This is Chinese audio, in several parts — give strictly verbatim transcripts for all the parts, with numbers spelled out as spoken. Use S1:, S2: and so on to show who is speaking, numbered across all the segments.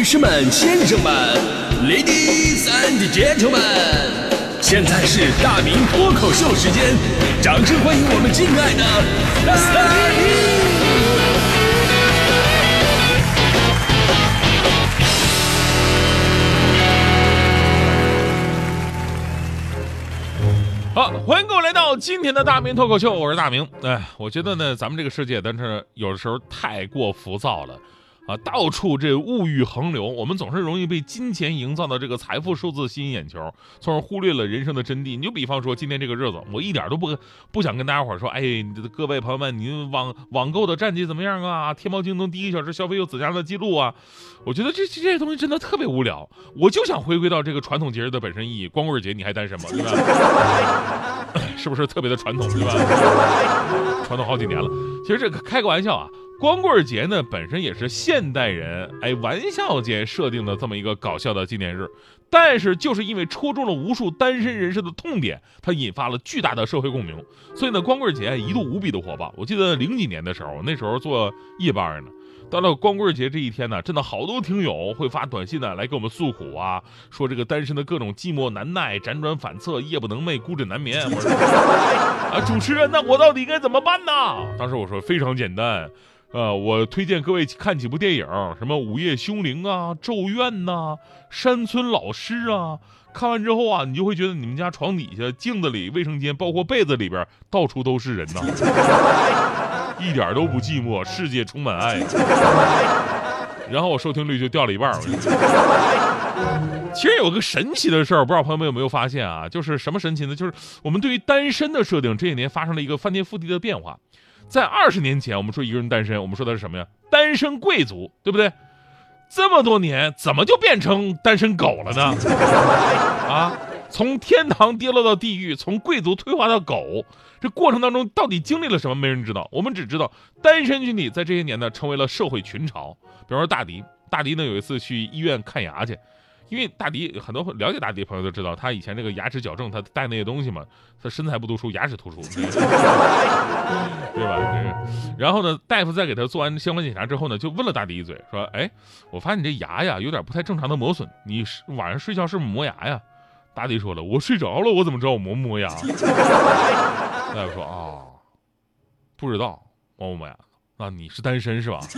S1: 士们、先生们 ，Ladies and Gentlemen， 现在是大明脱口秀时间，掌声欢迎我们敬爱的大明！
S2: 好，欢迎各位来到今天的大明脱口秀，我是大明。哎，我觉得呢，咱们这个世界，但是有的时候太过浮躁了。啊，到处这物欲横流，我们总是容易被金钱营造的这个财富数字吸引眼球，从而忽略了人生的真谛。你就比方说今天这个日子，我一点都不不想跟大家伙说，哎，各位朋友们，您网网购的战绩怎么样啊？天猫、京东第一个小时消费有怎样的记录啊？我觉得这这些东西真的特别无聊。我就想回归到这个传统节日的本身意义，光棍节你还单身吗？对吧？是不是特别的传统？对吧？传统好几年了。其实这个开个玩笑啊。光棍节呢，本身也是现代人哎玩笑间设定的这么一个搞笑的纪念日，但是就是因为戳中了无数单身人士的痛点，它引发了巨大的社会共鸣，所以呢，光棍节一度无比的火爆。我记得零几年的时候，那时候做夜班呢，到了光棍节这一天呢，真的好多听友会发短信呢来给我们诉苦啊，说这个单身的各种寂寞难耐、辗转反侧、夜不能寐、孤枕难眠。我说啊，主持人，那我到底该怎么办呢？当时我说非常简单。呃，我推荐各位看几部电影，什么《午夜凶铃》啊、《咒怨》呐、《山村老师》啊。看完之后啊，你就会觉得你们家床底下、镜子里、卫生间，包括被子里边，到处都是人呐，一点都不寂寞，世界充满爱。然后我收听率就掉了一半。其实有个神奇的事儿，不知道朋友们有没有发现啊？就是什么神奇呢？就是我们对于单身的设定，这些年发生了一个翻天覆地的变化。在二十年前，我们说一个人单身，我们说的是什么呀？单身贵族，对不对？这么多年，怎么就变成单身狗了呢？啊，从天堂跌落到地狱，从贵族退化到狗，这过程当中到底经历了什么？没人知道。我们只知道，单身群体在这些年呢，成为了社会群嘲。比方说大迪，大迪呢有一次去医院看牙去。因为大迪很多了解大迪的朋友都知道，他以前这个牙齿矫正，他带那些东西嘛，他身材不突出，牙齿突出，对吧？然后呢，大夫在给他做完相关检查之后呢，就问了大迪一嘴，说：“哎，我发现你这牙呀有点不太正常的磨损，你晚上睡觉是不是磨牙呀？”大迪说了：“我睡着了，我怎么知道我磨不磨牙？”大夫说：“啊，不知道磨不磨牙，那你是单身是吧？”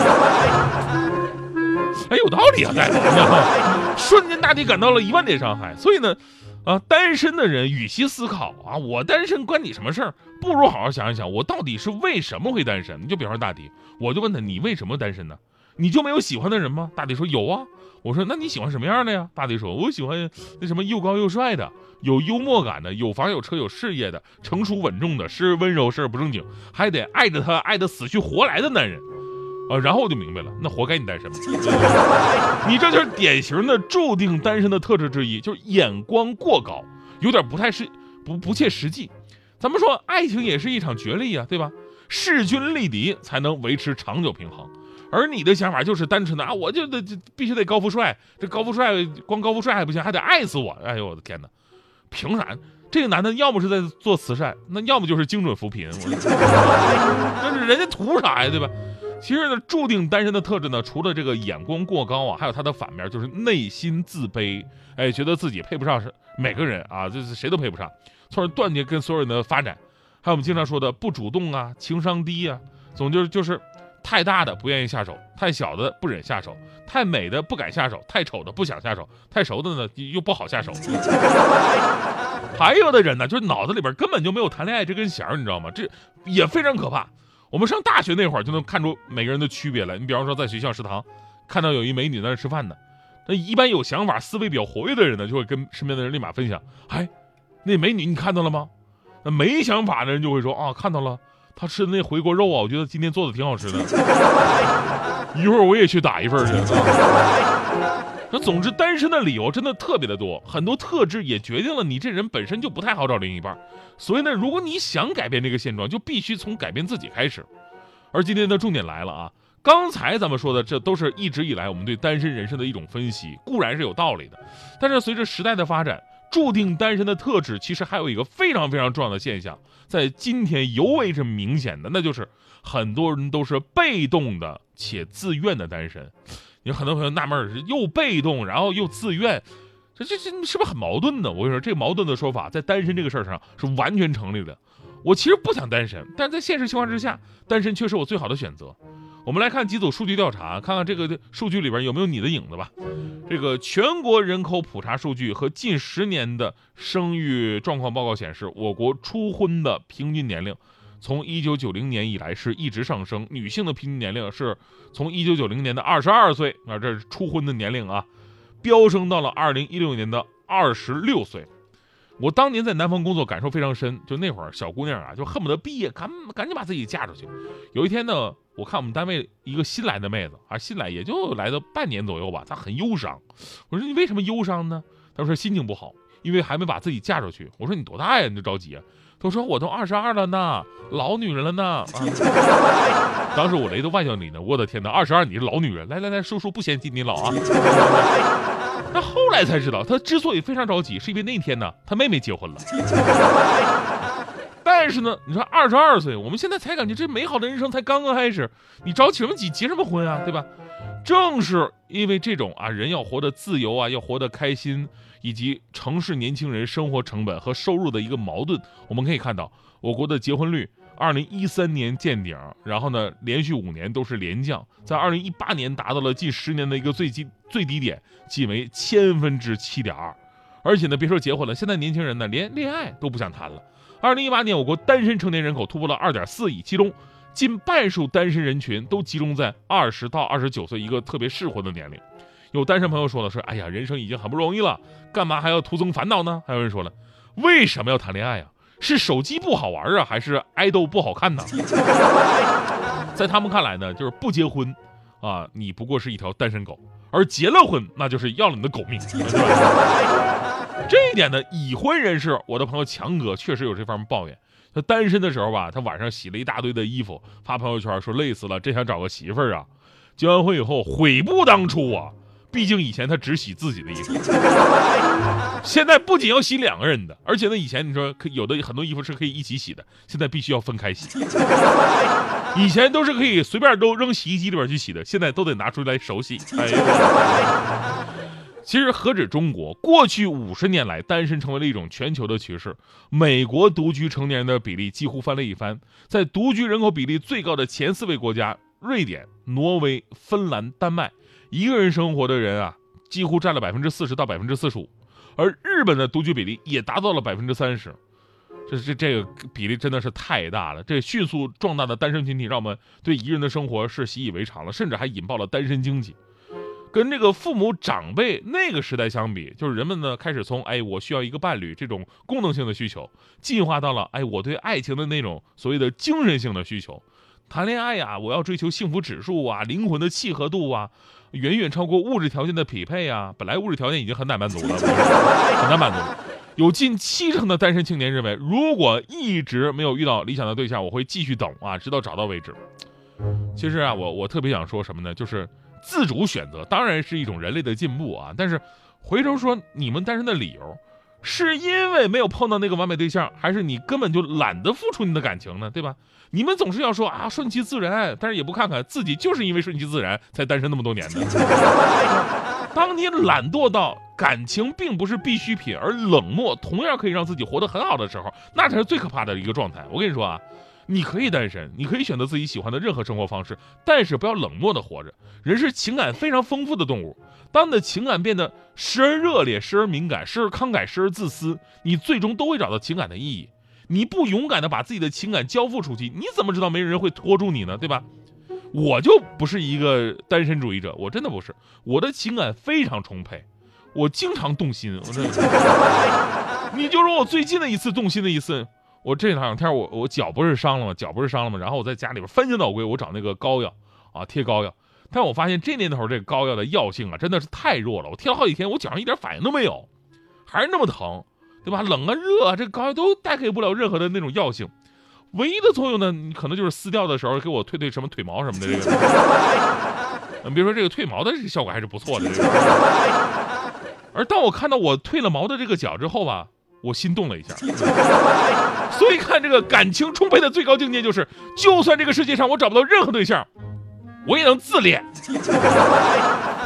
S2: 哎，有道理啊，大夫！瞬间大迪感到了一万点伤害。所以呢，啊，单身的人与其思考啊，我单身关你什么事儿，不如好好想一想，我到底是为什么会单身？你就比方说大迪，我就问他，你为什么单身呢？你就没有喜欢的人吗？大迪说有啊。我说那你喜欢什么样的呀？大迪说我喜欢那什么又高又帅的，有幽默感的，有房有车有事业的，成熟稳重的，时而温柔时而不正经，还得爱着他爱得死去活来的男人。啊，然后我就明白了，那活该你单身吧。你这就是典型的注定单身的特质之一，就是眼光过高，有点不太是不不切实际。咱们说爱情也是一场角力啊，对吧？势均力敌才能维持长久平衡。而你的想法就是单纯的啊，我就得必须得高富帅，这高富帅光高富帅还不行，还得爱死我。哎呦我的天哪，凭啥？这个男的要么是在做慈善，那要么就是精准扶贫。那是人家图啥呀，对吧？其实呢，注定单身的特质呢，除了这个眼光过高啊，还有它的反面，就是内心自卑，哎，觉得自己配不上是每个人啊，就是谁都配不上，从而断绝跟所有人的发展。还有我们经常说的不主动啊，情商低啊，总就是就是太大的不愿意下手，太小的不忍下手，太美的不敢下手，太丑的不想下手，太熟的呢又不好下手。还有的人呢，就是脑子里边根本就没有谈恋爱这根弦，你知道吗？这也非常可怕。我们上大学那会儿就能看出每个人的区别来。你比方说在学校食堂看到有一美女在那吃饭呢，那一般有想法思维比较活跃的人呢，就会跟身边的人立马分享，哎，那美女你看到了吗？那没想法的人就会说啊，看到了，她吃的那回锅肉啊，我觉得今天做的挺好吃的，一会儿我也去打一份去。那总之单身的理由真的特别的多，很多特质也决定了你这人本身就不太好找另一半。所以呢，如果你想改变这个现状，就必须从改变自己开始。而今天的重点来了啊，刚才咱们说的这都是一直以来我们对单身人生的一种分析，固然是有道理的，但是随着时代的发展，注定单身的特质其实还有一个非常非常重要的现象，在今天尤为是明显的，那就是很多人都是被动的且自愿的单身。 有很多朋友纳闷，又被动，然后又自愿，这这这是不是很矛盾呢？我跟你说，这个矛盾的说法在单身这个事儿上是完全成立的。我其实不想单身，但是在现实情况之下，单身却是我最好的选择。我们来看几组数据调查，看看这个数据里边有没有你的影子吧。这个全国人口普查数据和近十年的生育状况报告显示，我国初婚的平均年龄从一九九零年以来是一直上升，女性的平均年龄是从一九九零年的二十二岁啊，这是初婚的年龄啊，飙升到了二零一六年的二十六岁。我当年在南方工作，感受非常深。就那会儿，小姑娘啊，就恨不得毕业赶赶紧把自己嫁出去。有一天呢，我看我们单位一个新来的妹子啊，新来也就来到半年左右吧，她很忧伤。我说你为什么忧伤呢？她说心情不好，因为还没把自己嫁出去。我说你多大呀，你就着急啊？她说我都二十二了呢，老女人了呢。啊、当时我雷的万象里呢，我的天哪，二十二你是老女人，来来来，叔叔不嫌弃你老啊。那后来才知道，他之所以非常着急，是因为那天呢，他妹妹结婚了。但是呢，你说二十二岁，我们现在才感觉这美好的人生才刚刚开始，你着急什么急，结什么婚啊，对吧？正是因为这种啊，人要活得自由啊，要活得开心，以及城市年轻人生活成本和收入的一个矛盾，我们可以看到，我国的结婚率二零一三年见顶，然后呢，连续五年都是连降，在二零一八年达到了近十年的一个最低最低点，仅为千分之七点二。而且呢，别说结婚了，现在年轻人呢连恋爱都不想谈了。二零一八年，我国单身成年人口突破了二点四亿，其中近半数单身人群都集中在二十到二十九岁一个特别适婚的年龄。有单身朋友说了，说哎呀，人生已经很不容易了，干嘛还要徒增烦恼呢？还有人说了，为什么要谈恋爱啊？是手机不好玩啊，还是爱豆不好看呢？在他们看来呢，就是不结婚啊，你不过是一条单身狗；而结了婚，那就是要了你的狗命。这一点呢，已婚人士，我的朋友强哥确实有这方面抱怨。他单身的时候吧，他晚上洗了一大堆的衣服，发朋友圈说累死了，真想找个媳妇儿啊。结完婚以后悔不当初啊，毕竟以前他只洗自己的衣服，现在不仅要洗两个人的，而且呢，以前你说有的很多衣服是可以一起洗的，现在必须要分开洗。以前都是可以随便都扔洗衣机里边去洗的，现在都得拿出来手洗。哎呦，其实何止中国，过去五十年来，单身成为了一种全球的趋势。美国独居成年人的比例几乎翻了一番，在独居人口比例最高的前四位国家，瑞典、挪威、芬兰、丹麦，一个人生活的人啊，几乎占了百分之四十到百分之四十五，而日本的独居比例也达到了百分之三十。这这这个比例真的是太大了，这迅速壮大的单身群体让我们对一个人的生活是习以为常了，甚至还引爆了单身经济。跟这个父母长辈那个时代相比，就是人们呢开始从哎我需要一个伴侣这种功能性的需求，进化到了哎我对爱情的那种所谓的精神性的需求。谈恋爱呀、啊，我要追求幸福指数啊，灵魂的契合度啊，远远超过物质条件的匹配啊。本来物质条件已经很难满足了，很难满足。有近七成的单身青年认为，如果一直没有遇到理想的对象，我会继续等啊，直到找到为止。其实啊，我我特别想说什么呢？就是自主选择当然是一种人类的进步啊，但是回头说你们单身的理由，是因为没有碰到那个完美对象，还是你根本就懒得付出你的感情呢？对吧？你们总是要说啊顺其自然，但是也不看看自己就是因为顺其自然才单身那么多年的。当你懒惰到感情并不是必需品，而冷漠同样可以让自己活得很好的时候，那才是最可怕的一个状态。我跟你说啊，你可以单身，你可以选择自己喜欢的任何生活方式，但是不要冷漠的活着。人是情感非常丰富的动物，当你的情感变得时而热烈，时而敏感，时而慷慨，时而自私，你最终都会找到情感的意义。你不勇敢的把自己的情感交付出去，你怎么知道没人会拖住你呢？对吧？我就不是一个单身主义者，我真的不是，我的情感非常充沛，我经常动心。我真的，你就说我最近的一次动心的一次，我这两天我我脚不是伤了吗？脚不是伤了吗？然后我在家里边翻箱倒柜，我找那个膏药啊贴膏药，但我发现这年头这个膏药的药性啊真的是太弱了，我贴了好几天，我脚上一点反应都没有，还是那么疼，对吧？冷啊热啊，这个膏药都带给不了任何的那种药性。唯一的作用呢，你可能就是撕掉的时候给我退退什么腿毛什么的这个。嗯，别说这个退毛的这个效果还是不错的。这个。而当我看到我退了毛的这个脚之后吧，我心动了一下。所以看这个感情充沛的最高境界就是，就算这个世界上我找不到任何对象，我也能自恋。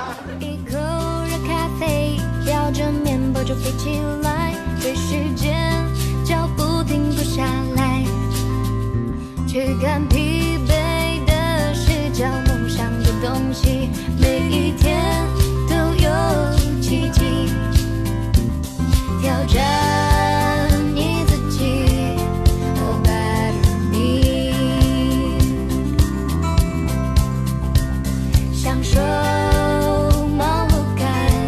S3: 起来，对时间脚步停不下来，去看疲惫的视角，梦想的东西，每一天都有奇迹，挑战你自己 A better me， 享受忙碌感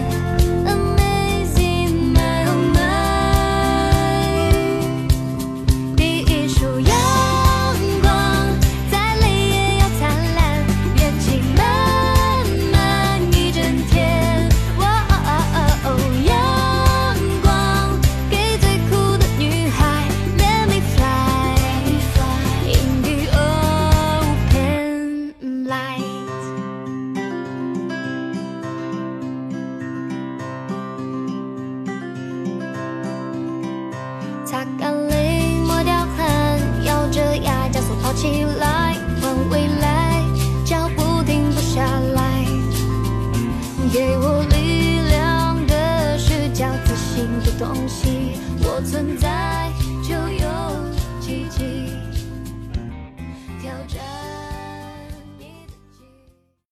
S3: Amazing my oh my， 第一束阳光再累也要灿烂，元气满满一整天，哇哦阳光给最酷的女孩 Let me fly in the open light。擦干泪，抹掉汗，咬着牙加速跑起来，换未来，脚步停不下来，给我力量的视角，自信的东西，我存在。